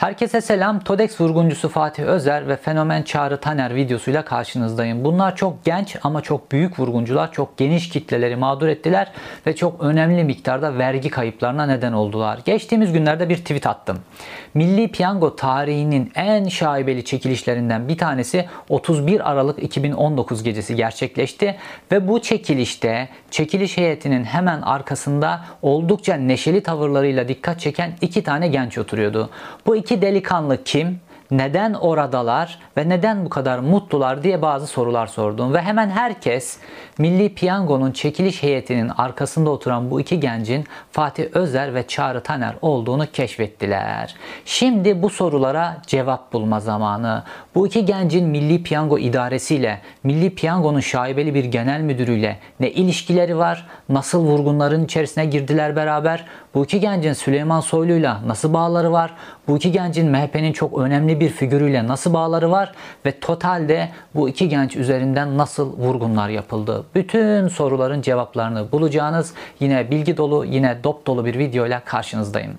Herkese selam. Todex vurguncusu Fatih Özer ve fenomen Çağrı Taner videosuyla karşınızdayım. Bunlar çok genç ama çok büyük vurguncular. Çok geniş kitleleri mağdur ettiler ve çok önemli miktarda vergi kayıplarına neden oldular. Geçtiğimiz günlerde bir tweet attım. Milli Piyango tarihinin en şaibeli çekilişlerinden bir tanesi 31 Aralık 2019 gecesi gerçekleşti ve bu çekilişte çekiliş heyetinin hemen arkasında oldukça neşeli tavırlarıyla dikkat çeken iki tane genç oturuyordu. Bu iki delikanlı kim? Neden oradalar ve neden bu kadar mutlular diye bazı sorular sordum. Ve hemen herkes Milli Piyango'nun çekiliş heyetinin arkasında oturan bu iki gencin Fatih Özer ve Çağrı Taner olduğunu keşfettiler. Şimdi bu sorulara cevap bulma zamanı. Bu iki gencin Milli Piyango idaresiyle, Milli Piyango'nun şaibeli bir genel müdürüyle ne ilişkileri var? Nasıl vurgunların içerisine girdiler beraber? Bu iki gencin Süleyman Soylu'yla nasıl bağları var? Bu iki gencin MHP'nin çok önemli bir figürüyle nasıl bağları var? Ve totalde bu iki genç üzerinden nasıl vurgunlar yapıldı? Bütün soruların cevaplarını bulacağınız yine bilgi dolu, yine dop dolu bir videoyla karşınızdayım.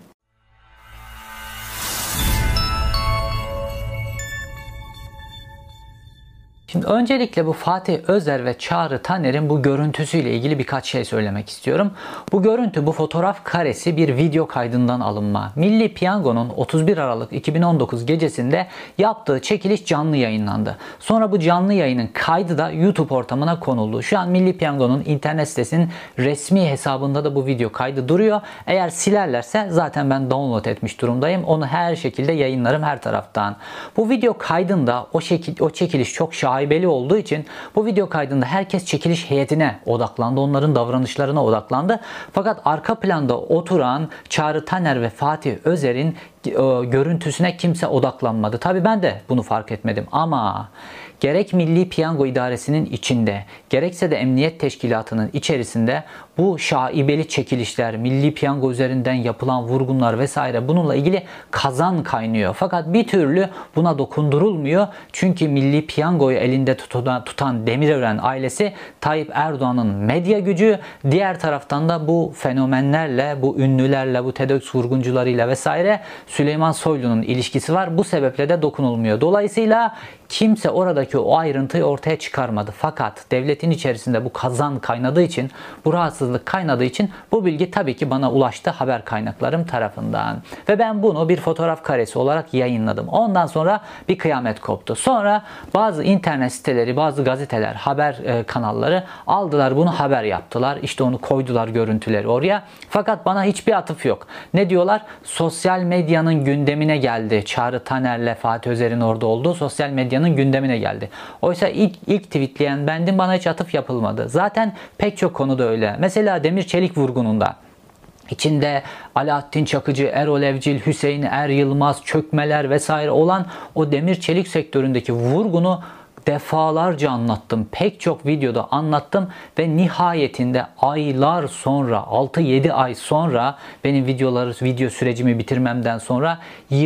Şimdi öncelikle bu Fatih Özer ve Çağrı Taner'in bu görüntüsüyle ilgili birkaç şey söylemek istiyorum. Bu görüntü, bu fotoğraf karesi bir video kaydından alınma. Milli Piyango'nun 31 Aralık 2019 gecesinde yaptığı çekiliş canlı yayınlandı. Sonra bu canlı yayının kaydı da YouTube ortamına konuldu. Şu an Milli Piyango'nun internet sitesinin resmi hesabında da bu video kaydı duruyor. Eğer silerlerse zaten ben download etmiş durumdayım. Onu her şekilde yayınlarım her taraftan. Bu video kaydında o çekiliş çok şahibeli olduğu için bu video kaydında herkes çekiliş heyetine odaklandı. Onların davranışlarına odaklandı. Fakat arka planda oturan Çağrı Taner ve Fatih Özer'in görüntüsüne kimse odaklanmadı. Tabii ben de bunu fark etmedim ama gerek Milli Piyango İdaresi'nin içinde, gerekse de Emniyet Teşkilatı'nın içerisinde bu şaibeli çekilişler, Milli Piyango üzerinden yapılan vurgunlar vesaire bununla ilgili kazan kaynıyor. Fakat bir türlü buna dokundurulmuyor. Çünkü Milli Piyango'yu elinde tutan Demirören ailesi Tayyip Erdoğan'ın medya gücü, diğer taraftan da bu fenomenlerle, bu ünlülerle, bu TEDx vurguncularıyla vesaire Süleyman Soylu'nun ilişkisi var. Bu sebeple de dokunulmuyor. Dolayısıyla kimse oradaki o ayrıntıyı ortaya çıkarmadı. Fakat devletin içerisinde bu kazan kaynadığı için, bu rahatsızlık kaynadığı için bu bilgi tabii ki bana ulaştı haber kaynaklarım tarafından. Ve ben bunu bir fotoğraf karesi olarak yayınladım. Ondan sonra bir kıyamet koptu. Sonra bazı internet siteleri, bazı gazeteler, haber kanalları aldılar bunu haber yaptılar. İşte onu koydular görüntüleri oraya. Fakat bana hiçbir atıf yok. Ne diyorlar? Sosyal medyanın gündemine geldi. Çağrı Taner'le Fatih Özer'in orada olduğu sosyal medyanın gündemine geldi. Oysa ilk tweetleyen bendim, bana hiç atıf yapılmadı. Zaten pek çok konuda öyle. Mesela Demir Çelik vurgununda İçinde Alaaddin Çakıcı, Erol Evcil, Hüseyin Er Yılmaz, çökmeler vesaire olan o demir çelik sektöründeki vurgunu defalarca anlattım. Pek çok videoda anlattım ve nihayetinde aylar sonra, 6-7 ay sonra benim video sürecimi bitirmemden sonra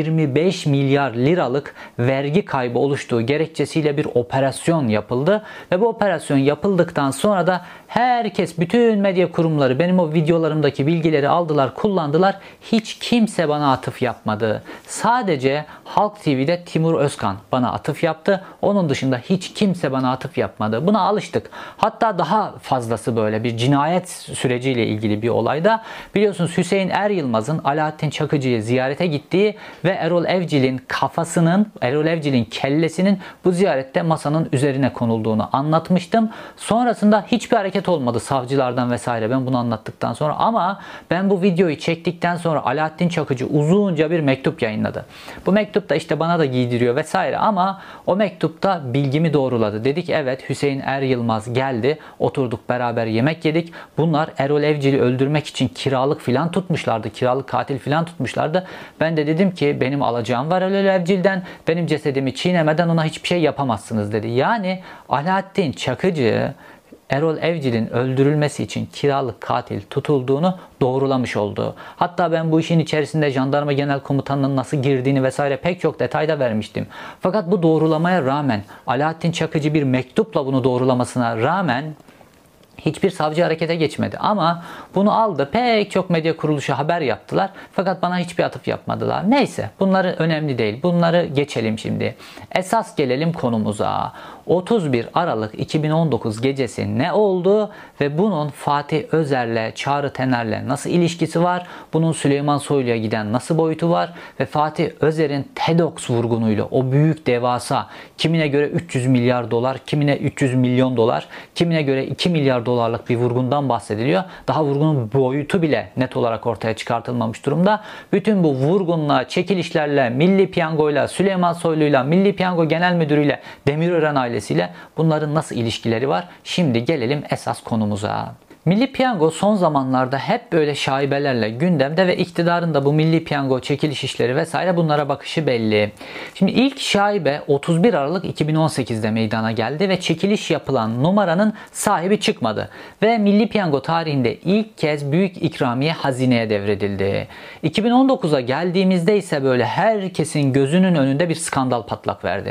25 milyar liralık vergi kaybı oluştuğu gerekçesiyle bir operasyon yapıldı. Ve bu operasyon yapıldıktan sonra da herkes, bütün medya kurumları benim o videolarımdaki bilgileri aldılar, kullandılar. Hiç kimse bana atıf yapmadı. Sadece Halk TV'de Timur Özkan bana atıf yaptı. Onun dışında hiç kimse bana atıf yapmadı. Buna alıştık. Hatta daha fazlası böyle bir cinayet süreciyle ilgili bir olayda biliyorsunuz Hüseyin Er Yılmaz'ın Alaaddin Çakıcı'yı ziyarete gittiği ve Erol Evcil'in kellesinin bu ziyarette masanın üzerine konulduğunu anlatmıştım. Sonrasında hiçbir hareket olmadı savcılardan vesaire ben bunu anlattıktan sonra, ama ben bu videoyu çektikten sonra Alaaddin Çakıcı uzunca bir mektup yayınladı. Bu mektupta işte bana da giydiriyor vesaire ama o mektupta bilgimi doğruladı. Dedik evet, Hüseyin Er Yılmaz geldi, oturduk beraber yemek yedik. Bunlar Erol Evcil'i öldürmek için kiralık filan tutmuşlardı. Kiralık katil filan tutmuşlardı. Ben de dedim ki benim alacağım var Erol Evcil'den. Benim cesedimi çiğnemeden ona hiçbir şey yapamazsınız dedi. Yani Alaaddin Çakıcı Erol Evcil'in öldürülmesi için kiralık katil tutulduğunu doğrulamış oldu. Hatta ben bu işin içerisinde Jandarma Genel Komutanı'nın nasıl girdiğini vesaire pek çok detayda vermiştim. Fakat bu doğrulamaya rağmen, Alaaddin Çakıcı bir mektupla bunu doğrulamasına rağmen Hiçbir savcı harekete geçmedi ama bunu aldı. Pek çok medya kuruluşu haber yaptılar. Fakat bana hiçbir atıf yapmadılar. Neyse, bunları önemli değil. Bunları geçelim şimdi. Esas gelelim konumuza. 31 Aralık 2019 gecesi ne oldu ve bunun Fatih Özer'le, Çağrı Taner'le nasıl ilişkisi var? Bunun Süleyman Soylu'ya giden nasıl boyutu var? Ve Fatih Özer'in TEDx vurgunuyla o büyük devasa, kimine göre 300 milyar dolar, kimine 300 milyon dolar, kimine göre 2 milyar dolarlık bir vurgundan bahsediliyor. Daha vurgunun boyutu bile net olarak ortaya çıkartılmamış durumda. Bütün bu vurgunla, çekilişlerle, Milli Piyango'yla, Süleyman Soylu'yla, Milli Piyango Genel Müdürü'yle, Demirören ailesiyle bunların nasıl ilişkileri var? Şimdi gelelim esas konumuza. Milli Piyango son zamanlarda hep böyle şaibelerle gündemde ve iktidarın da bu Milli Piyango çekiliş işleri vesaire bunlara bakışı belli. Şimdi ilk şaibe 31 Aralık 2018'de meydana geldi ve çekiliş yapılan numaranın sahibi çıkmadı. Ve Milli Piyango tarihinde ilk kez büyük ikramiye hazineye devredildi. 2019'a geldiğimizde ise böyle herkesin gözünün önünde bir skandal patlak verdi.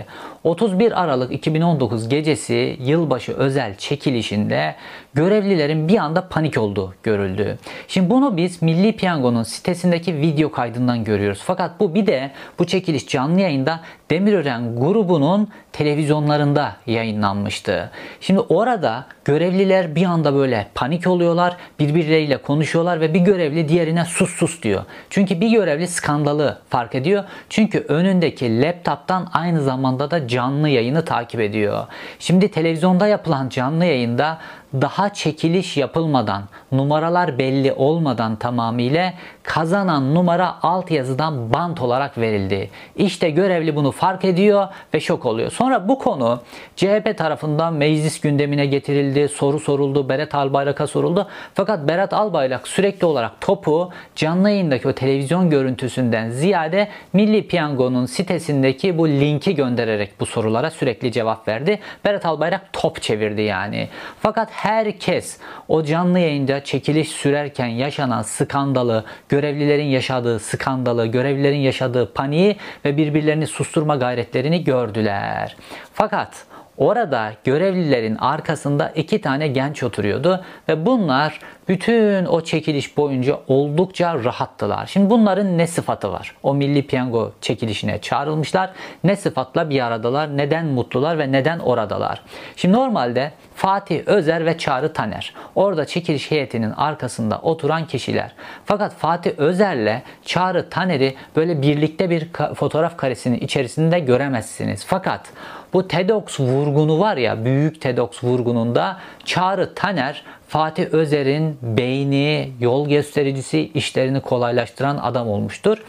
31 Aralık 2019 gecesi yılbaşı özel çekilişinde görevlilerin bir anda panik olduğu görüldü. Şimdi bunu biz Milli Piyango'nun sitesindeki video kaydından görüyoruz. Fakat bu çekiliş canlı yayında Demirören grubunun televizyonlarında yayınlanmıştı. Şimdi orada görevliler bir anda böyle panik oluyorlar, birbirleriyle konuşuyorlar ve bir görevli diğerine sus sus diyor. Çünkü bir görevli skandalı fark ediyor. Çünkü önündeki laptop'tan aynı zamanda da canlı yayını takip ediyor. Şimdi televizyonda yapılan canlı yayında daha çekiliş yapılmadan, numaralar belli olmadan tamamıyla kazanan numara altyazıdan bant olarak verildi. İşte görevli bunu fark ediyor ve şok oluyor. Sonra bu konu CHP tarafından meclis gündemine getirildi, soru soruldu, Berat Albayrak'a soruldu. Fakat Berat Albayrak sürekli olarak topu canlı yayındaki o televizyon görüntüsünden ziyade Milli Piyango'nun sitesindeki bu linki göndererek bu sorulara sürekli cevap verdi. Berat Albayrak top çevirdi yani. Fakat herkes o canlı yayında çekiliş sürerken yaşanan skandalı, görevlilerin yaşadığı skandalı, görevlilerin yaşadığı paniği ve birbirlerini susturma gayretlerini gördüler. Fakat orada görevlilerin arkasında 2 tane genç oturuyordu ve bunlar bütün o çekiliş boyunca oldukça rahattılar. Şimdi bunların ne sıfatı var? O Milli Piyango çekilişine çağrılmışlar. Ne sıfatla bir aradalar? Neden mutlular ve neden oradalar? Şimdi normalde Fatih Özer ve Çağrı Taner orada çekiliş heyetinin arkasında oturan kişiler. Fakat Fatih Özer'le Çağrı Taner'i böyle birlikte bir fotoğraf karesinin içerisinde göremezsiniz. Fakat bu TEDx vurgunu var ya, büyük TEDx vurgununda Çağrı Taner Fatih Özer'in beyni, yol göstericisi, işlerini kolaylaştıran adam olmuştur.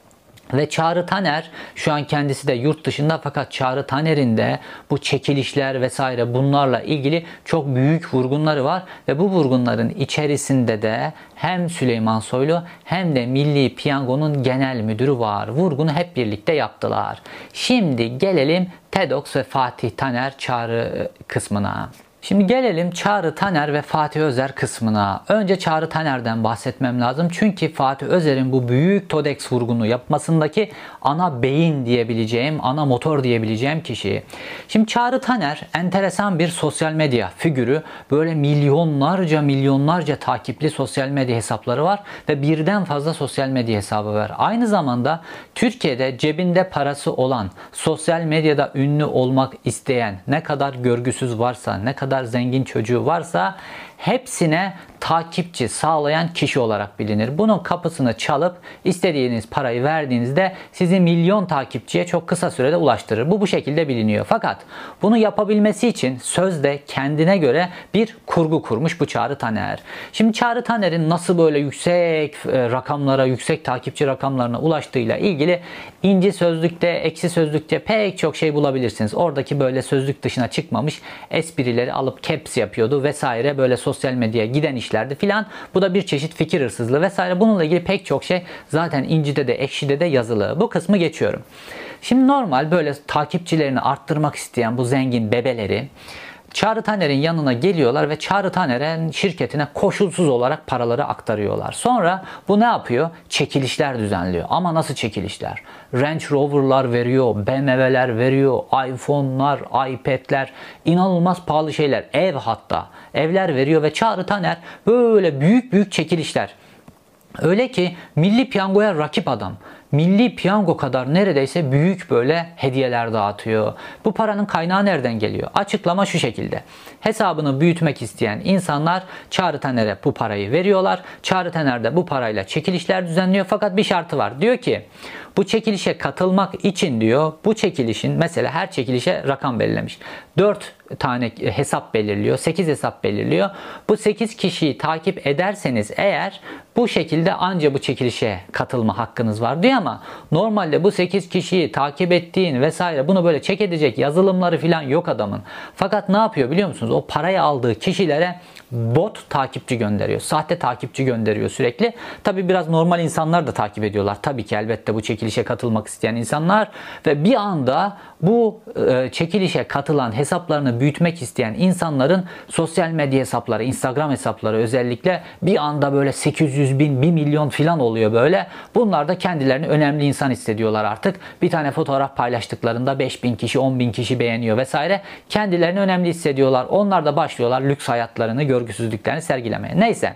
Ve Çağrı Taner şu an kendisi de yurt dışında, fakat Çağrı Taner'in de bu çekilişler vesaire bunlarla ilgili çok büyük vurgunları var ve bu vurgunların içerisinde de hem Süleyman Soylu hem de Milli Piyango'nun genel müdürü var. Vurgunu hep birlikte yaptılar. Şimdi gelelim TEDx ve Fatih Taner Çağrı kısmına. Şimdi gelelim Çağrı Taner ve Fatih Özer kısmına. Önce Çağrı Taner'den bahsetmem lazım. Çünkü Fatih Özer'in bu büyük TEDx vurgunu yapmasındaki ana beyin diyebileceğim, ana motor diyebileceğim kişi. Şimdi Çağrı Taner enteresan bir sosyal medya figürü. Böyle milyonlarca takipli sosyal medya hesapları var ve birden fazla sosyal medya hesabı var. Aynı zamanda Türkiye'de cebinde parası olan, sosyal medyada ünlü olmak isteyen ne kadar görgüsüz varsa, ne kadar zengin çocuğu varsa hepsine takipçi sağlayan kişi olarak bilinir. Bunun kapısını çalıp istediğiniz parayı verdiğinizde sizi milyon takipçiye çok kısa sürede ulaştırır. Bu şekilde biliniyor. Fakat bunu yapabilmesi için sözde kendine göre bir kurgu kurmuş bu Çağrı Taner. Şimdi Çağrı Taner'in nasıl böyle yüksek rakamlara, yüksek takipçi rakamlarına ulaştığıyla ilgili İnci Sözlük'te, Ekşi Sözlük'te pek çok şey bulabilirsiniz. Oradaki böyle sözlük dışına çıkmamış esprileri alıp caps yapıyordu vesaire, böyle sosyal medyaya giden işlerdi filan. Bu da bir çeşit fikir hırsızlığı vesaire. Bununla ilgili pek çok şey zaten İnci'de de Ekşi'de de yazılı. Bu kısmı geçiyorum. Şimdi normal böyle takipçilerini arttırmak isteyen bu zengin bebeleri Çağrı Taner'in yanına geliyorlar ve Çağrı Taner'in şirketine koşulsuz olarak paraları aktarıyorlar. Sonra bu ne yapıyor? Çekilişler düzenliyor. Ama nasıl çekilişler? Range Rover'lar veriyor, BMW'ler veriyor, iPhone'lar, iPad'ler, inanılmaz pahalı şeyler, ev hatta. Evler veriyor ve Çağrı Taner böyle büyük büyük çekilişler. Öyle ki Milli Piyango'ya rakip adam. Milli Piyango kadar neredeyse büyük böyle hediyeler dağıtıyor. Bu paranın kaynağı nereden geliyor? Açıklama şu şekilde. Hesabını büyütmek isteyen insanlar Çağrı Taner'e bu parayı veriyorlar. Çağrı Taner de bu parayla çekilişler düzenliyor. Fakat bir şartı var. Diyor ki bu çekilişe katılmak için diyor, bu çekilişin mesela her çekilişe rakam belirlemiş. 4 tane hesap belirliyor. 8 hesap belirliyor. Bu 8 kişiyi takip ederseniz eğer bu şekilde anca bu çekilişe katılma hakkınız var diyor ama normalde bu 8 kişiyi takip ettiğin vesaire bunu böyle check edecek yazılımları falan yok adamın. Fakat ne yapıyor biliyor musunuz? O parayı aldığı kişilere bot takipçi gönderiyor. Sahte takipçi gönderiyor sürekli. Tabi biraz normal insanlar da takip ediyorlar. Tabii ki elbette bu çekilişe katılmak isteyen insanlar ve bir anda bu çekilişe katılan hesaplarını büyütmek isteyen insanların sosyal medya hesapları, Instagram hesapları özellikle bir anda böyle 800 bin, 1 milyon falan oluyor böyle. Bunlar da kendilerini önemli insan hissediyorlar artık. Bir tane fotoğraf paylaştıklarında 5 bin kişi, 10 bin kişi beğeniyor vesaire. Kendilerini önemli hissediyorlar. Onlar da başlıyorlar lüks hayatlarını, görgüsüzlüklerini sergilemeye. Neyse.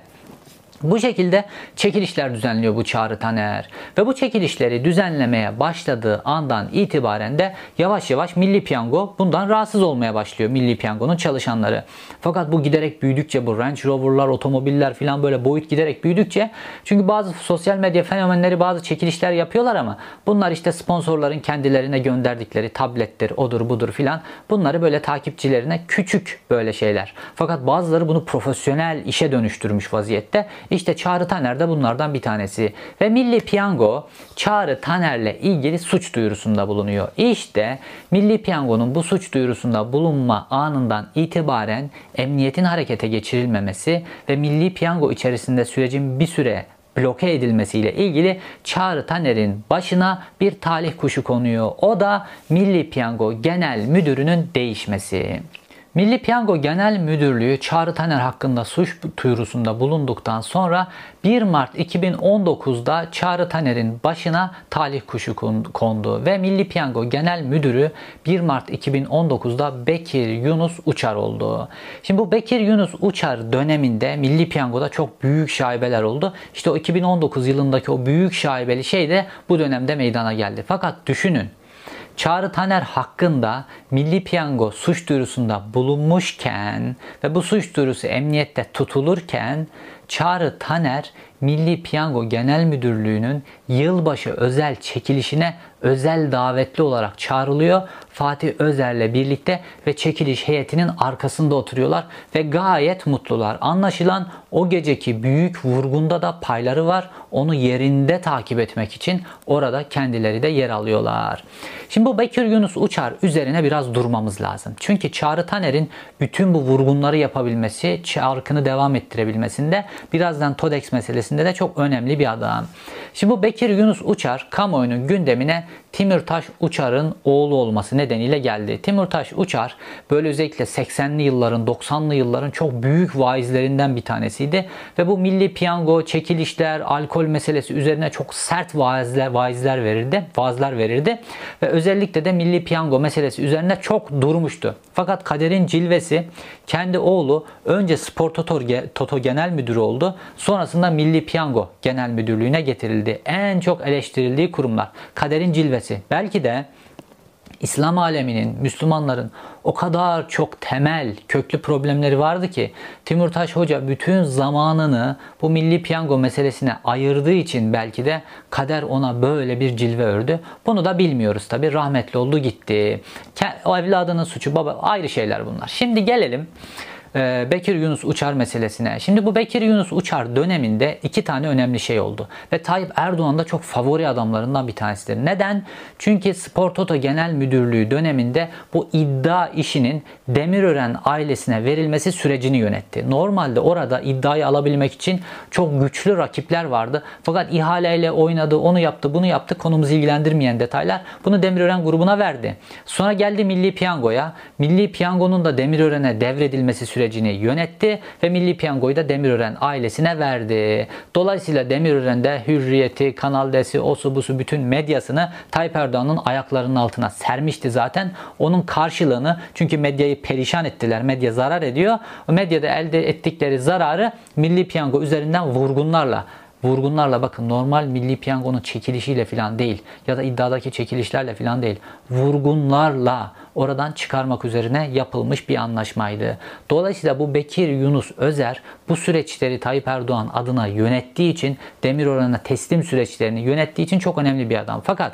Bu şekilde çekilişler düzenliyor bu Çağrı Taner. Ve bu çekilişleri düzenlemeye başladığı andan itibaren de yavaş yavaş Milli Piyango bundan rahatsız olmaya başlıyor. Milli Piyango'nun çalışanları. Fakat bu giderek büyüdükçe bu Range Rover'lar, otomobiller falan böyle boyut giderek büyüdükçe çünkü bazı sosyal medya fenomenleri bazı çekilişler yapıyorlar ama bunlar işte sponsorların kendilerine gönderdikleri tablettir, odur budur filan bunları böyle takipçilerine küçük böyle şeyler. Fakat bazıları bunu profesyonel işe dönüştürmüş vaziyette. İşte Çağrı Taner de bunlardan bir tanesi. Ve Milli Piyango Çağrı Taner'le ilgili suç duyurusunda bulunuyor. İşte Milli Piyango'nun bu suç duyurusunda bulunma anından itibaren emniyetin harekete geçirilmemesi ve Milli Piyango içerisinde sürecin bir süre bloke edilmesiyle ilgili Çağrı Taner'in başına bir talih kuşu konuyor. O da Milli Piyango Genel Müdürü'nün değişmesi. Milli Piyango Genel Müdürlüğü Çağrı Taner hakkında suç duyurusunda bulunduktan sonra 1 Mart 2019'da Çağrı Taner'in başına talih kuşu kondu ve Milli Piyango Genel Müdürü 1 Mart 2019'da Bekir Yunus Uçar oldu. Şimdi bu Bekir Yunus Uçar döneminde Milli Piyango'da çok büyük şaibeler oldu. İşte o 2019 yılındaki o büyük şaibeli şey de bu dönemde meydana geldi. Fakat düşünün. Çağrı Taner hakkında Milli Piyango suç duyurusunda bulunmuşken ve bu suç duyurusu emniyette tutulurken Çağrı Taner Milli Piyango Genel Müdürlüğü'nün yılbaşı özel çekilişine özel davetli olarak çağrılıyor. Fatih Özer'le birlikte ve çekiliş heyetinin arkasında oturuyorlar ve gayet mutlular. Anlaşılan o geceki büyük vurgunda da payları var. Onu yerinde takip etmek için orada kendileri de yer alıyorlar. Şimdi bu Bekir Yunus Uçar üzerine biraz durmamız lazım. Çünkü Çağrı Taner'in bütün bu vurgunları yapabilmesi, çarkını devam ettirebilmesinde birazdan TODEX meselesinde de çok önemli bir adam. Şimdi bu Bekir Yunus Uçar kamuoyunun gündemine Timurtaş Uçar'ın oğlu olması nedeniyle geldi. Timurtaş Uçar böyle özellikle 80'li yılların 90'lı yılların çok büyük vaizlerinden bir tanesiydi. Ve bu Milli Piyango, çekilişler, alkol meselesi üzerine çok sert vaazlar verirdi. Ve özellikle de Milli Piyango meselesi üzerine çok durmuştu. Fakat kaderin cilvesi kendi oğlu önce Spor Toto Genel Müdürü oldu. Sonrasında Milli Piyango Genel Müdürlüğü'ne getirildi. En çok eleştirildiği kurumlar. Kaderin cilvesi. Belki de İslam aleminin, Müslümanların o kadar çok temel, köklü problemleri vardı ki Timurtaş Hoca bütün zamanını bu Milli Piyango meselesine ayırdığı için belki de kader ona böyle bir cilve ördü. Bunu da bilmiyoruz tabi. Rahmetli oldu gitti. O evladının suçu baba ayrı şeyler bunlar. Şimdi gelelim Bekir Yunus Uçar meselesine. Şimdi bu Bekir Yunus Uçar döneminde iki tane önemli şey oldu. Ve Tayyip Erdoğan da çok favori adamlarından bir tanesidir. Neden? Çünkü Spor Toto Genel Müdürlüğü döneminde bu iddia işinin Demirören ailesine verilmesi sürecini yönetti. Normalde orada iddiayı alabilmek için çok güçlü rakipler vardı. Fakat ihaleyle oynadı, onu yaptı, bunu yaptı. Konumuzu ilgilendirmeyen detaylar. Bunu Demirören grubuna verdi. Sonra geldi Milli Piyango'ya. Milli Piyango'nun da Demirören'e devredilmesi sürecini yönetti ve Milli Piyango'yu da Demirören ailesine verdi. Dolayısıyla Demirören de Hürriyet'i, Kanal D'si, osu busu bütün medyasını Tayyip Erdoğan'ın ayaklarının altına sermişti zaten. Onun karşılığını, çünkü medyayı perişan ettiler, medya zarar ediyor. O medyada elde ettikleri zararı Milli Piyango üzerinden vurgunlarla, bakın, normal Milli Piyango'nun çekilişiyle falan değil ya da iddiadaki çekilişlerle falan değil, vurgunlarla oradan çıkarmak üzerine yapılmış bir anlaşmaydı. Dolayısıyla bu Bekir Yunus Özer bu süreçleri Tayyip Erdoğan adına yönettiği için, Demirören'e teslim süreçlerini yönettiği için çok önemli bir adam. Fakat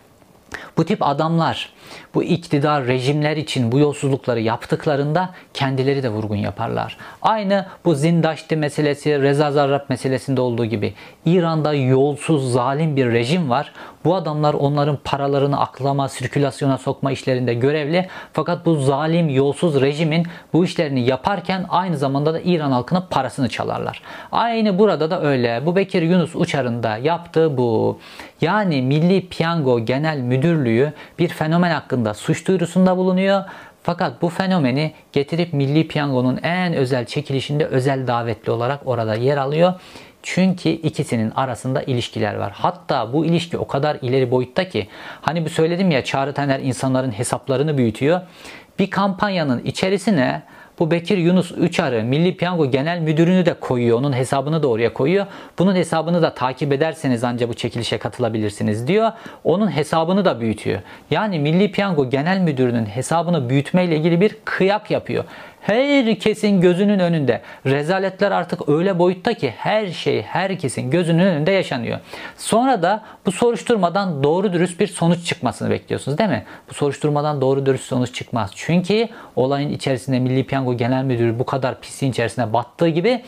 bu tip adamlar bu iktidar rejimler için bu yolsuzlukları yaptıklarında kendileri de vurgun yaparlar. Aynı bu Zindaşti meselesi, Reza Zarrab meselesinde olduğu gibi İran'da yolsuz, zalim bir rejim var. Bu adamlar onların paralarını aklama, sirkülasyona sokma işlerinde görevli. Fakat bu zalim, yolsuz rejimin bu işlerini yaparken aynı zamanda da İran halkının parasını çalarlar. Aynı burada da öyle. Bu Bekir Yunus Uçar'ın da yaptığı bu. Yani Milli Piyango Genel Müdürlüğü bir fenomen hakkında suç duyurusunda bulunuyor. Fakat bu fenomeni getirip Milli Piyango'nun en özel çekilişinde özel davetli olarak orada yer alıyor. Çünkü ikisinin arasında ilişkiler var. Hatta bu ilişki o kadar ileri boyutta ki, hani bu söyledim ya, Çağrı Taner insanların hesaplarını büyütüyor. Bir kampanyanın içerisine bu Bekir Yunus Uçar'ı, Milli Piyango Genel Müdürünü de koyuyor. Onun hesabını da oraya koyuyor. Bunun hesabını da takip ederseniz ancak bu çekilişe katılabilirsiniz diyor. Onun hesabını da büyütüyor. Yani Milli Piyango Genel Müdürünün hesabını büyütmeyle ilgili bir kıyak yapıyor. Herkesin gözünün önünde. Rezaletler artık öyle boyutta ki her şey herkesin gözünün önünde yaşanıyor. Sonra da bu soruşturmadan doğru dürüst bir sonuç çıkmasını bekliyorsunuz, değil mi? Bu soruşturmadan doğru dürüst sonuç çıkmaz. Çünkü olayın içerisinde Milli Piyango Genel Müdürü bu kadar pisliğin içerisine battığı gibi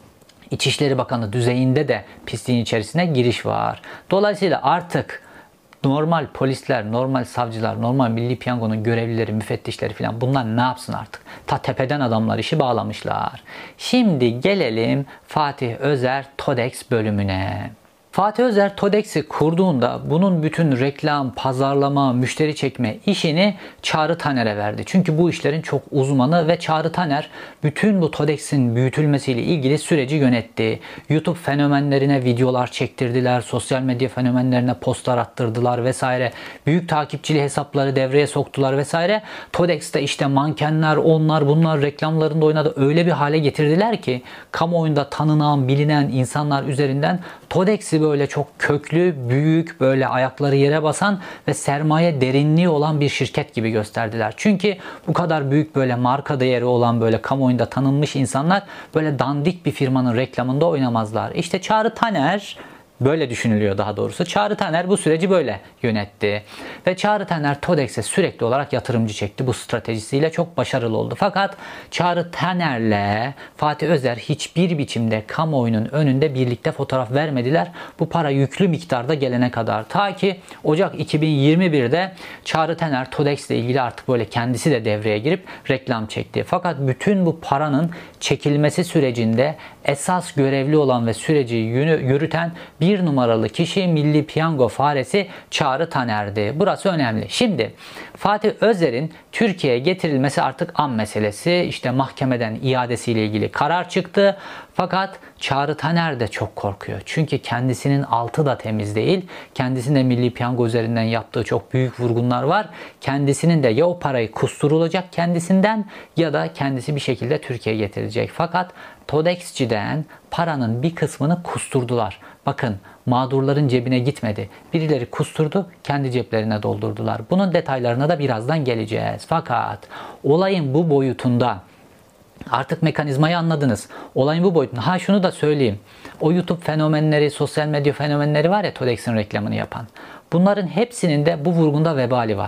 İçişleri Bakanı düzeyinde de pisliğin içerisine giriş var. Dolayısıyla artık normal polisler, normal savcılar, normal Milli Piyango'nun görevlileri, müfettişleri falan, bunlar ne yapsın artık? Ta tepeden adamlar işi bağlamışlar. Şimdi gelelim Fatih Özer TODEX bölümüne. Fatih Özer TODEX'i kurduğunda bunun bütün reklam, pazarlama, müşteri çekme işini Çağrı Taner'e verdi. Çünkü bu işlerin çok uzmanı ve Çağrı Taner bütün bu TODEX'in büyütülmesiyle ilgili süreci yönetti. YouTube fenomenlerine videolar çektirdiler, sosyal medya fenomenlerine postlar attırdılar vesaire. Büyük takipçili hesapları devreye soktular vesaire. TODEX'te işte mankenler, onlar bunlar reklamlarında oynadı. Öyle bir hale getirdiler ki kamuoyunda tanınan, bilinen insanlar üzerinden TODEX'i böyle çok köklü, büyük, böyle ayakları yere basan ve sermaye derinliği olan bir şirket gibi gösterdiler. Çünkü bu kadar büyük, böyle marka değeri olan, böyle kamuoyunda tanınmış insanlar böyle dandik bir firmanın reklamında oynamazlar. İşte Çağrı Taner, böyle düşünülüyor daha doğrusu. Çağrı Taner bu süreci böyle yönetti. Ve Çağrı Taner TODEX'e sürekli olarak yatırımcı çekti. Bu stratejisiyle çok başarılı oldu. Fakat Çağrı Taner'le Fatih Özer hiçbir biçimde kamuoyunun önünde birlikte fotoğraf vermediler. Bu para yüklü miktarda gelene kadar. Ta ki Ocak 2021'de Çağrı Taner TODEX'le ilgili artık böyle kendisi de devreye girip reklam çekti. Fakat bütün bu paranın çekilmesi sürecinde esas görevli olan ve süreci yürüten bir numaralı kişi Milli Piyango faresi Çağrı Taner'di. Burası önemli. Şimdi Fatih Özer'in Türkiye'ye getirilmesi artık an meselesi. İşte mahkemeden iadesiyle ilgili karar çıktı. Fakat Çağrı Taner de çok korkuyor. Çünkü kendisinin altı da temiz değil. Kendisinde Milli Piyango üzerinden yaptığı çok büyük vurgunlar var. Kendisinin de ya o parayı kusturulacak kendisinden ya da kendisi bir şekilde Türkiye'ye getirecek. Fakat TODEX'ciden paranın bir kısmını kusturdular. Bakın, mağdurların cebine gitmedi. Birileri kusturdu, kendi ceplerine doldurdular. Bunun detaylarına da birazdan geleceğiz. Fakat olayın bu boyutunda, artık mekanizmayı anladınız. Olayın bu boyutunda. Şunu da söyleyeyim. O YouTube fenomenleri, sosyal medya fenomenleri var ya, TODEX'in reklamını yapan. Bunların hepsinin de bu vurgunda vebali var.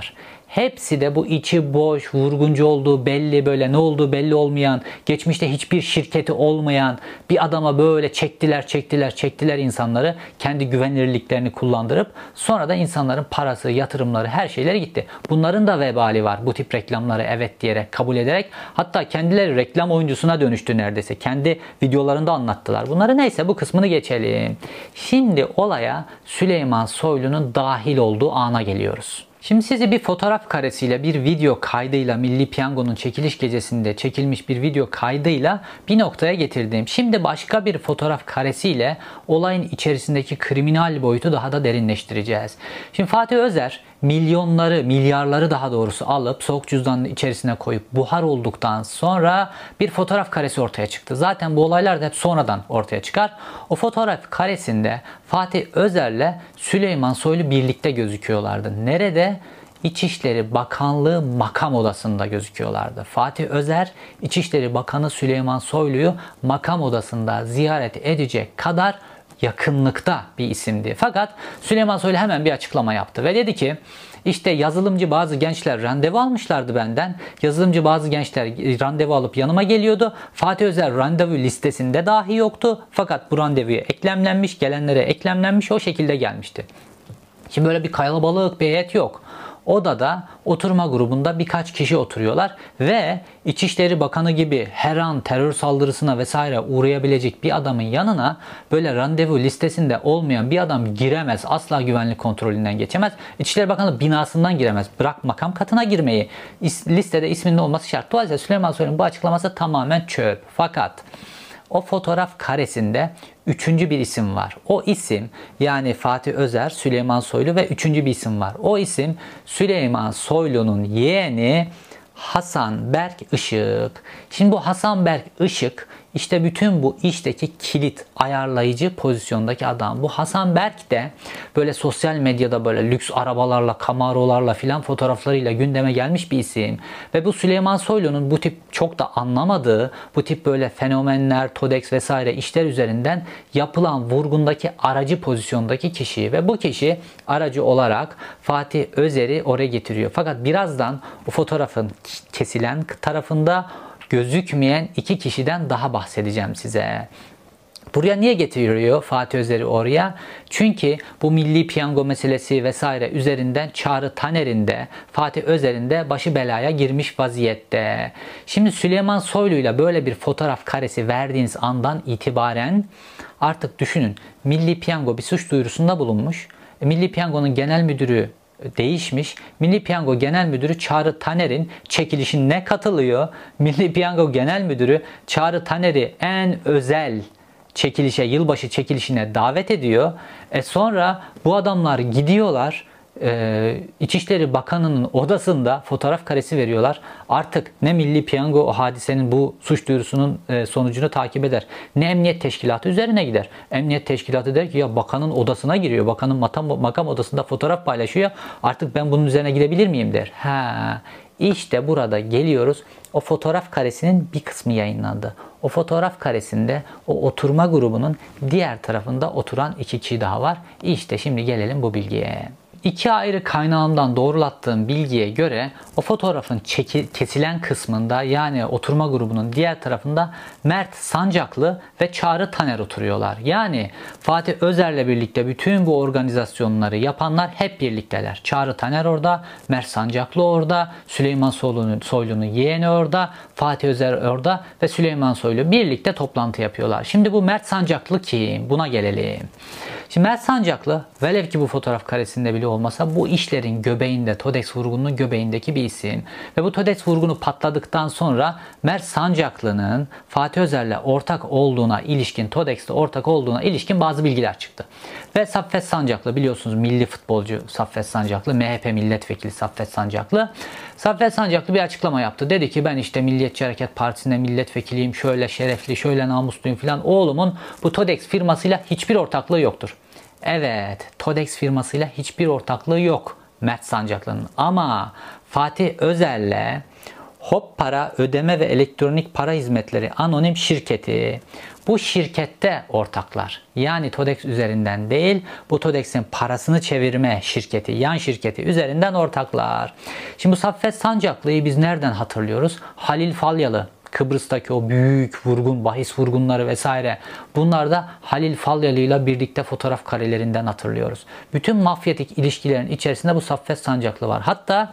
hepsi de bu içi boş, vurguncu olduğu belli, böyle ne olduğu belli olmayan, geçmişte hiçbir şirketi olmayan bir adama böyle çektiler insanları, kendi güvenilirliklerini kullandırıp sonra da insanların parası, yatırımları, her şeyleri gitti. Bunların da vebali var. Bu tip reklamları evet diyerek, kabul ederek, hatta kendileri reklam oyuncusuna dönüştü neredeyse. Kendi videolarında anlattılar. Bunları neyse, bu kısmını geçelim. Şimdi olaya Süleyman Soylu'nun dahil olduğu ana geliyoruz. Şimdi sizi bir fotoğraf karesiyle, bir video kaydıyla, Milli Piyango'nun çekiliş gecesinde çekilmiş bir video kaydıyla bir noktaya getirdim. Şimdi başka bir fotoğraf karesiyle olayın içerisindeki kriminal boyutu daha da derinleştireceğiz. Şimdi Fatih Özer milyonları, milyarları daha doğrusu alıp soğuk cüzdanın içerisine koyup buhar olduktan sonra bir fotoğraf karesi ortaya çıktı. Zaten bu olaylar da hep sonradan ortaya çıkar. O fotoğraf karesinde Fatih Özer'le Süleyman Soylu birlikte gözüküyorlardı. Nerede? İçişleri Bakanlığı makam odasında gözüküyorlardı. Fatih Özer, İçişleri Bakanı Süleyman Soylu'yu makam odasında ziyaret edecek kadar yakınlıkta bir isimdi. Fakat Süleyman Soylu hemen bir açıklama yaptı ve dedi ki işte yazılımcı bazı gençler randevu almışlardı benden. Yazılımcı bazı gençler randevu alıp yanıma geliyordu. Fatih Özer randevu listesinde dahi yoktu. Fakat bu randevuya eklemlenmiş, gelenlere eklemlenmiş, o şekilde gelmişti. Şimdi böyle bir kalabalık bir heyet yok. Odada, oturma grubunda birkaç kişi oturuyorlar ve İçişleri Bakanı gibi her an terör saldırısına vesaire uğrayabilecek bir adamın yanına böyle randevu listesinde olmayan bir adam giremez. Asla güvenlik kontrolünden geçemez. İçişleri Bakanı binasından giremez. Bırak makam katına girmeyi. Listede isminin olması şart. Dolayısıyla Süleyman Soylu'nun bu açıklaması tamamen çöp. Fakat o fotoğraf karesinde üçüncü bir isim var. O isim, yani Fatih Özer, Süleyman Soylu ve üçüncü bir isim var. O isim Süleyman Soylu'nun yeğeni Hasan Berk Işık. Şimdi bu Hasan Berk Işık işte bütün bu işteki kilit, ayarlayıcı pozisyondaki adam. Bu Hasan Berk de böyle sosyal medyada böyle lüks arabalarla, Camaro'larla filan fotoğraflarıyla gündeme gelmiş bir isim. Ve bu Süleyman Soylu'nun bu tip çok da anlamadığı, bu tip böyle fenomenler, TODEX vesaire işler üzerinden yapılan vurgundaki aracı pozisyondaki kişi. Ve bu kişi aracı olarak Fatih Özer'i oraya getiriyor. Fakat birazdan o fotoğrafın kesilen tarafında gözükmeyen iki kişiden daha bahsedeceğim size. Buraya niye getiriyor Fatih Özer'i oraya? Çünkü bu Milli Piyango meselesi vesaire üzerinden Çağrı Taner'in de Fatih Özer'in de başı belaya girmiş vaziyette. Şimdi Süleyman Soylu'yla böyle bir fotoğraf karesi verdiğiniz andan itibaren artık düşünün, Milli Piyango bir suç duyurusunda bulunmuş. Milli Piyango'nun genel müdürü değişmiş. Milli Piyango Genel Müdürü Çağrı Taner'in çekilişine katılıyor. Milli Piyango Genel Müdürü Çağrı Taner'i en özel çekilişe, yılbaşı çekilişine davet ediyor. Sonra bu adamlar gidiyorlar. İçişleri Bakanı'nın odasında fotoğraf karesi veriyorlar. Artık ne Milli Piyango o hadisenin, bu suç duyurusunun sonucunu takip eder, ne Emniyet Teşkilatı üzerine gider. Emniyet Teşkilatı der ki ya bakanın odasına giriyor, bakanın makam odasında fotoğraf paylaşıyor, artık ben bunun üzerine gidebilir miyim der. İşte burada geliyoruz. O fotoğraf karesinin bir kısmı yayınlandı. O fotoğraf karesinde o oturma grubunun diğer tarafında oturan iki kişi daha var. İşte şimdi gelelim bu bilgiye. İki ayrı kaynağımdan doğrulattığım bilgiye göre o fotoğrafın kesilen kısmında, yani oturma grubunun diğer tarafında Mert Sancaklı ve Çağrı Taner oturuyorlar. Yani Fatih Özer'le birlikte bütün bu organizasyonları yapanlar hep birlikteler. Çağrı Taner orada, Mert Sancaklı orada, Süleyman Soylu'nun yeğeni orada, Fatih Özer orada ve Süleyman Soylu birlikte toplantı yapıyorlar. Şimdi bu Mert Sancaklı kim? Buna gelelim. Şimdi Mert Sancaklı, velev ki bu fotoğraf karesinde bile olmasa, bu işlerin göbeğinde, TODEX vurgununun göbeğindeki bir isim. Ve bu TODEX vurgunu patladıktan sonra Mert Sancaklı'nın Fatih Özer'le ortak olduğuna ilişkin, TODEX'te ortak olduğuna ilişkin bazı bilgiler çıktı. Ve Saffet Sancaklı, biliyorsunuz milli futbolcu Saffet Sancaklı, MHP milletvekili Saffet Sancaklı. Saffet Sancaklı bir açıklama yaptı. Dedi ki ben işte Milliyetçi Hareket Partisi'nde milletvekiliyim, şöyle şerefli, şöyle namusluyum filan. Oğlumun bu TODEX firmasıyla hiçbir ortaklığı yoktur. Evet, TODEX firmasıyla hiçbir ortaklığı yok Mert Sancaklı'nın. Ama Fatih Özer'le Hop Para Ödeme ve Elektronik Para Hizmetleri Anonim Şirketi, bu şirkette ortaklar. Yani TODEX üzerinden değil, bu TODEX'in parasını çevirme şirketi, yan şirketi üzerinden ortaklar. Şimdi bu Saffet Sancaklı'yı biz nereden hatırlıyoruz? Halil Falyalı, Kıbrıs'taki o büyük vurgun, bahis vurgunları vesaire. Bunlar da Halil Falyalı ile birlikte fotoğraf karelerinden hatırlıyoruz. Bütün mafyatik ilişkilerin içerisinde bu Saffet Sancaklı var. Hatta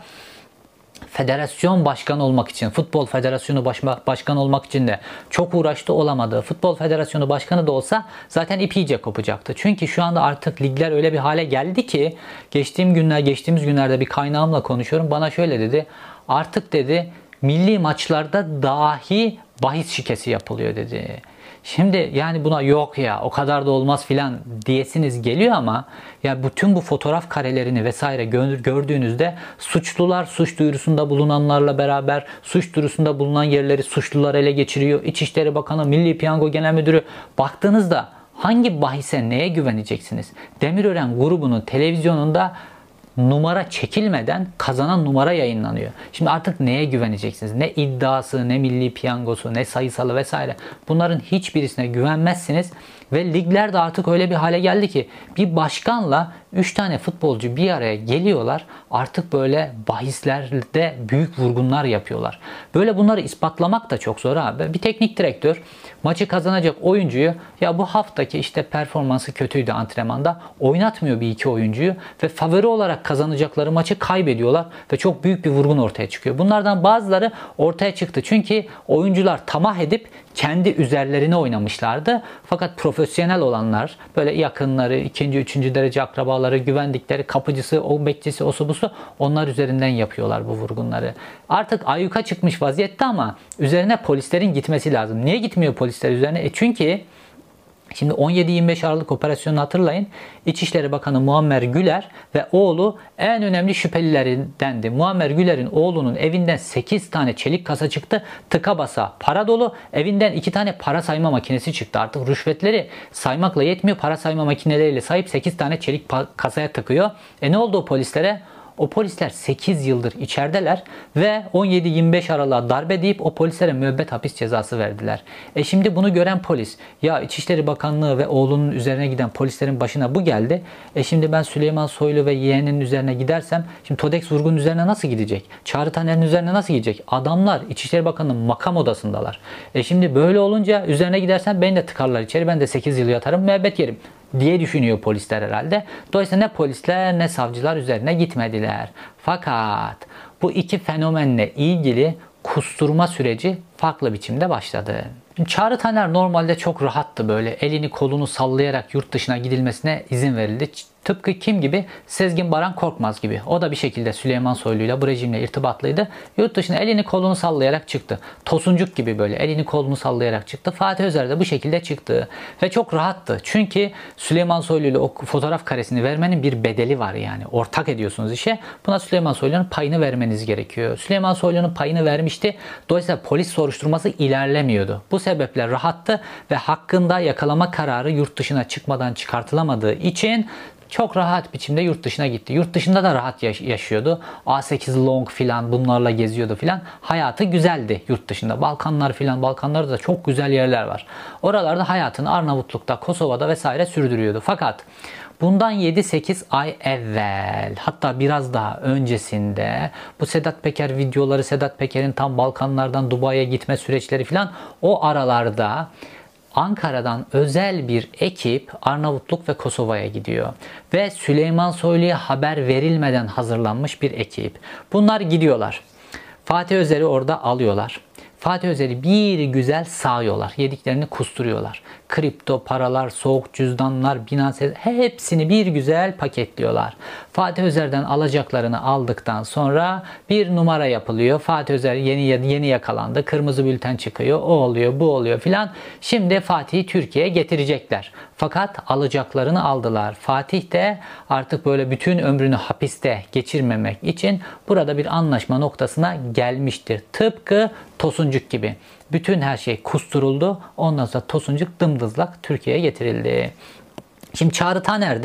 federasyon başkanı olmak için, futbol federasyonu başkanı olmak için de çok uğraştı, olamadı. Futbol federasyonu başkanı da olsa zaten ip iyice kopacaktı. Çünkü şu anda artık ligler öyle bir hale geldi ki geçtiğimiz günlerde bir kaynağımla konuşuyorum. Bana şöyle dedi. Artık dedi milli maçlarda dahi bahis şikesi yapılıyor dedi. Şimdi yani buna yok ya o kadar da olmaz filan diyesiniz geliyor ama ya bütün bu fotoğraf karelerini vesaire gördüğünüzde suçlular suç duyurusunda bulunanlarla beraber suç duyurusunda bulunan yerleri suçlular ele geçiriyor. İçişleri Bakanı, Milli Piyango Genel Müdürü, baktığınızda hangi bahise neye güveneceksiniz? Demirören grubunun televizyonunda numara çekilmeden kazanan numara yayınlanıyor. Şimdi artık neye güveneceksiniz? Ne iddiası, ne milli piyangosu, ne sayısalı vesaire. Bunların hiçbirisine güvenmezsiniz. Ve ligler de artık öyle bir hale geldi ki bir başkanla 3 tane futbolcu bir araya geliyorlar. Artık böyle bahislerde büyük vurgunlar yapıyorlar. Böyle bunları ispatlamak da çok zor abi. Bir teknik direktör maçı kazanacak oyuncuyu ya bu haftaki işte performansı kötüydü antrenmanda, oynatmıyor bir iki oyuncuyu ve favori olarak kazanacakları maçı kaybediyorlar ve çok büyük bir vurgun ortaya çıkıyor. Bunlardan bazıları ortaya çıktı. Çünkü oyuncular tamah edip kendi üzerlerine oynamışlardı. Fakat profesyonel olanlar, böyle yakınları, ikinci, üçüncü derece akrabaları, güvendikleri kapıcısı, o bekçisi, osu busu, onlar üzerinden yapıyorlar bu vurgunları. Artık ayyuka çıkmış vaziyette ama üzerine polislerin gitmesi lazım. Niye gitmiyor polisler üzerine? Çünkü şimdi 17-25 Aralık operasyonunu hatırlayın. İçişleri Bakanı Muammer Güler ve oğlu en önemli şüphelilerindendi. Muammer Güler'in oğlunun evinden 8 tane çelik kasa çıktı. Tıka basa para dolu. Evinden 2 tane para sayma makinesi çıktı. Artık rüşvetleri saymakla yetmiyor. Para sayma makineleriyle sayıp 8 tane çelik kasaya tıkıyor. Ne oldu o polislere? O polisler 8 yıldır içerideler ve 17-25 Aralık'a darbe deyip o polislere müebbet hapis cezası verdiler. Şimdi bunu gören polis, ya İçişleri Bakanlığı ve oğlunun üzerine giden polislerin başına bu geldi. Şimdi ben Süleyman Soylu ve yeğeninin üzerine gidersem, şimdi TODEX vurgunun üzerine nasıl gidecek? Çağrı Taner'in üzerine nasıl gidecek? Adamlar İçişleri Bakanlığı'nın makam odasındalar. Şimdi böyle olunca üzerine gidersen beni de tıkarlar içeri, ben de 8 yıl yatarım, müebbet yerim diye düşünüyor polisler herhalde. Dolayısıyla ne polisler ne savcılar üzerine gitmediler. Fakat bu iki fenomenle ilgili kusturma süreci farklı biçimde başladı. Çağrı Taner normalde çok rahattı, böyle elini kolunu sallayarak yurt dışına gidilmesine izin verildi. Tıpkı kim gibi? Sezgin Baran Korkmaz gibi. O da bir şekilde Süleyman Soylu'yla, bu rejimle irtibatlıydı. Yurt dışına elini kolunu sallayarak çıktı. Tosuncuk gibi böyle elini kolunu sallayarak çıktı. Fatih Özer de bu şekilde çıktı. Ve çok rahattı. Çünkü Süleyman Soylu'yla o fotoğraf karesini vermenin bir bedeli var yani. Ortak ediyorsunuz işe. Buna Süleyman Soylu'nun payını vermeniz gerekiyor. Süleyman Soylu'nun payını vermişti. Dolayısıyla polis soruşturması ilerlemiyordu. Bu sebeple rahattı ve hakkında yakalama kararı yurt dışına çıkmadan çıkartılamadığı için çok rahat biçimde yurt dışına gitti. Yurt dışında da rahat yaşıyordu. A8 Long filan bunlarla geziyordu filan. Hayatı güzeldi yurt dışında. Balkanlar filan, Balkanlarda da çok güzel yerler var. Oralarda hayatını Arnavutluk'ta, Kosova'da vesaire sürdürüyordu. Fakat bundan 7-8 ay evvel, hatta biraz daha öncesinde bu Sedat Peker videoları, Sedat Peker'in tam Balkanlardan Dubai'ye gitme süreçleri filan, o aralarda Ankara'dan özel bir ekip Arnavutluk ve Kosova'ya gidiyor. Ve Süleyman Soylu'ya haber verilmeden hazırlanmış bir ekip. Bunlar gidiyorlar. Fatih Özer'i orada alıyorlar. Fatih Özer'i bir güzel sağıyorlar. Yediklerini kusturuyorlar. Kripto paralar, soğuk cüzdanlar, Binance, hepsini bir güzel paketliyorlar. Fatih Özer'den alacaklarını aldıktan sonra bir numara yapılıyor. Fatih Özer yeni yakalandı. Kırmızı bülten çıkıyor. O oluyor, bu oluyor filan. Şimdi Fatih'i Türkiye'ye getirecekler. Fakat alacaklarını aldılar. Fatih de artık böyle bütün ömrünü hapiste geçirmemek için burada bir anlaşma noktasına gelmiştir. Tıpkı Tosuncuk gibi. Bütün her şey kusturuldu. Ondan sonra Tosuncuk dımdızlak Türkiye'ye getirildi. Şimdi Çağrı Taner de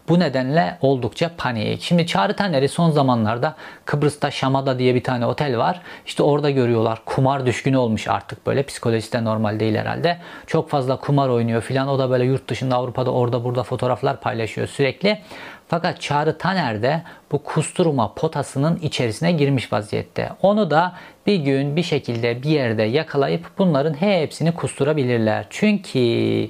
Bu nedenle oldukça panik. Şimdi Çağrı Taner'i son zamanlarda Kıbrıs'ta Şamada diye bir tane otel var. İşte orada görüyorlar. Kumar düşkünü olmuş artık böyle. Psikolojisi de normal değil herhalde. Çok fazla kumar oynuyor filan. O da böyle yurt dışında, Avrupa'da, orada burada fotoğraflar paylaşıyor sürekli. Fakat Çağrı Taner de bu kusturma potasının içerisine girmiş vaziyette. Onu da bir gün bir şekilde bir yerde yakalayıp bunların hepsini kusturabilirler. Çünkü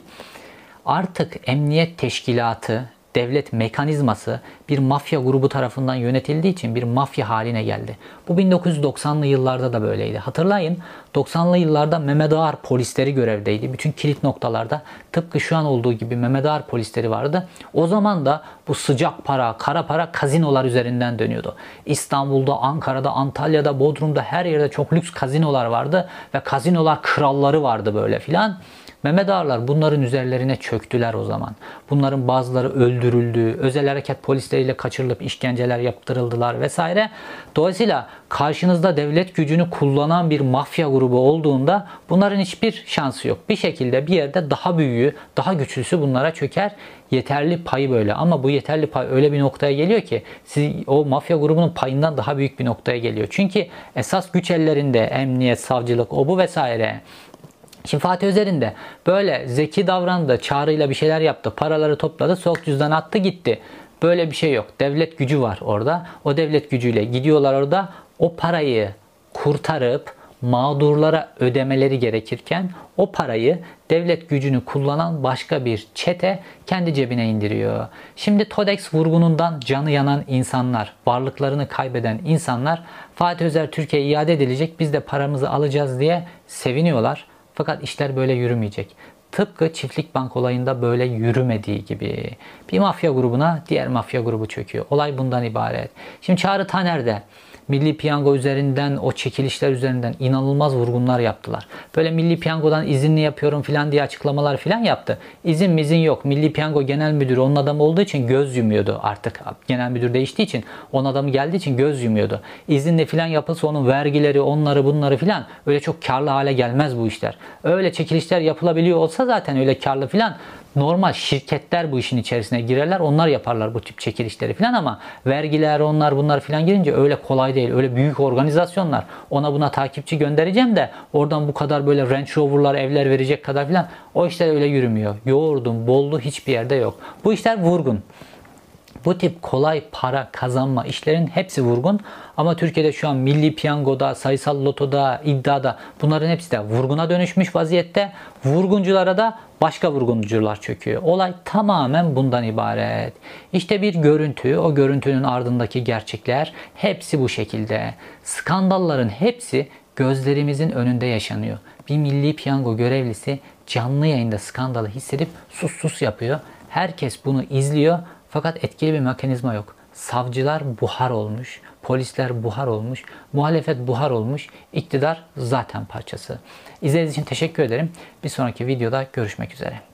artık emniyet teşkilatı, devlet mekanizması bir mafya grubu tarafından yönetildiği için bir mafya haline geldi. Bu 1990'lı yıllarda da böyleydi. Hatırlayın, 90'lı yıllarda Mehmet Ağar polisleri görevdeydi. Bütün kilit noktalarda tıpkı şu an olduğu gibi Mehmet Ağar polisleri vardı. O zaman da bu sıcak para, kara para kazinolar üzerinden dönüyordu. İstanbul'da, Ankara'da, Antalya'da, Bodrum'da her yerde çok lüks kazinolar vardı ve kazinolar kralları vardı böyle filan. Mehmet Ağarlar bunların üzerlerine çöktüler o zaman. Bunların bazıları öldürüldü, özel hareket polisleriyle kaçırılıp işkenceler yaptırıldılar vesaire. Dolayısıyla karşınızda devlet gücünü kullanan bir mafya grubu olduğunda bunların hiçbir şansı yok. Bir şekilde bir yerde daha büyüğü, daha güçlüsü bunlara çöker. Yeterli payı böyle, ama bu yeterli pay öyle bir noktaya geliyor ki o mafya grubunun payından daha büyük bir noktaya geliyor. Çünkü esas güç ellerinde, emniyet, savcılık, o bu vesaire. Şimdi Fatih Özer'in de böyle zeki davrandı, Çağrı'yla bir şeyler yaptı, paraları topladı, sok cüzdanı attı gitti. Böyle bir şey yok. Devlet gücü var orada. O devlet gücüyle gidiyorlar orada. O parayı kurtarıp mağdurlara ödemeleri gerekirken o parayı devlet gücünü kullanan başka bir çete kendi cebine indiriyor. Şimdi TODEX vurgunundan canı yanan insanlar, varlıklarını kaybeden insanlar Fatih Özer Türkiye'ye iade edilecek, biz de paramızı alacağız diye seviniyorlar. Fakat işler böyle yürümeyecek. Tıpkı Çiftlik Bank olayında böyle yürümediği gibi. Bir mafya grubuna diğer mafya grubu çöküyor. Olay bundan ibaret. Şimdi Çağrı Taner de Milli Piyango üzerinden, o çekilişler üzerinden inanılmaz vurgunlar yaptılar. Böyle Milli Piyango'dan izinli yapıyorum filan diye açıklamalar filan yaptı. İzin yok. Milli Piyango Genel Müdürü onun adamı olduğu için göz yumuyordu artık. Genel müdür değiştiği için, onun adamı geldiği için göz yumuyordu. İzinli filan yapılsa onun vergileri, onları bunları filan öyle çok karlı hale gelmez bu işler. Öyle çekilişler yapılabiliyor olsa zaten öyle karlı filan, normal şirketler bu işin içerisine girerler. Onlar yaparlar bu tip çekilişleri falan, ama vergiler, onlar bunlar falan girince öyle kolay değil. Öyle büyük organizasyonlar. Ona buna takipçi göndereceğim de oradan bu kadar böyle Range Rover'lar, evler verecek kadar falan, o işler öyle yürümüyor. Yoğurdum, bollu hiçbir yerde yok. Bu işler vurgun. Bu tip kolay para kazanma işlerin hepsi vurgun. Ama Türkiye'de şu an Milli Piyango'da, sayısal lotoda, iddiada, bunların hepsi de vurguna dönüşmüş vaziyette. Vurgunculara da başka vurguncular çöküyor. Olay tamamen bundan ibaret. İşte bir görüntü, o görüntünün ardındaki gerçekler hepsi bu şekilde. Skandalların hepsi gözlerimizin önünde yaşanıyor. Bir Milli Piyango görevlisi canlı yayında skandalı hissedip sus yapıyor. Herkes bunu izliyor. Fakat etkili bir mekanizma yok. Savcılar buhar olmuş, polisler buhar olmuş, muhalefet buhar olmuş, iktidar zaten parçası. İzlediğiniz için teşekkür ederim. Bir sonraki videoda görüşmek üzere.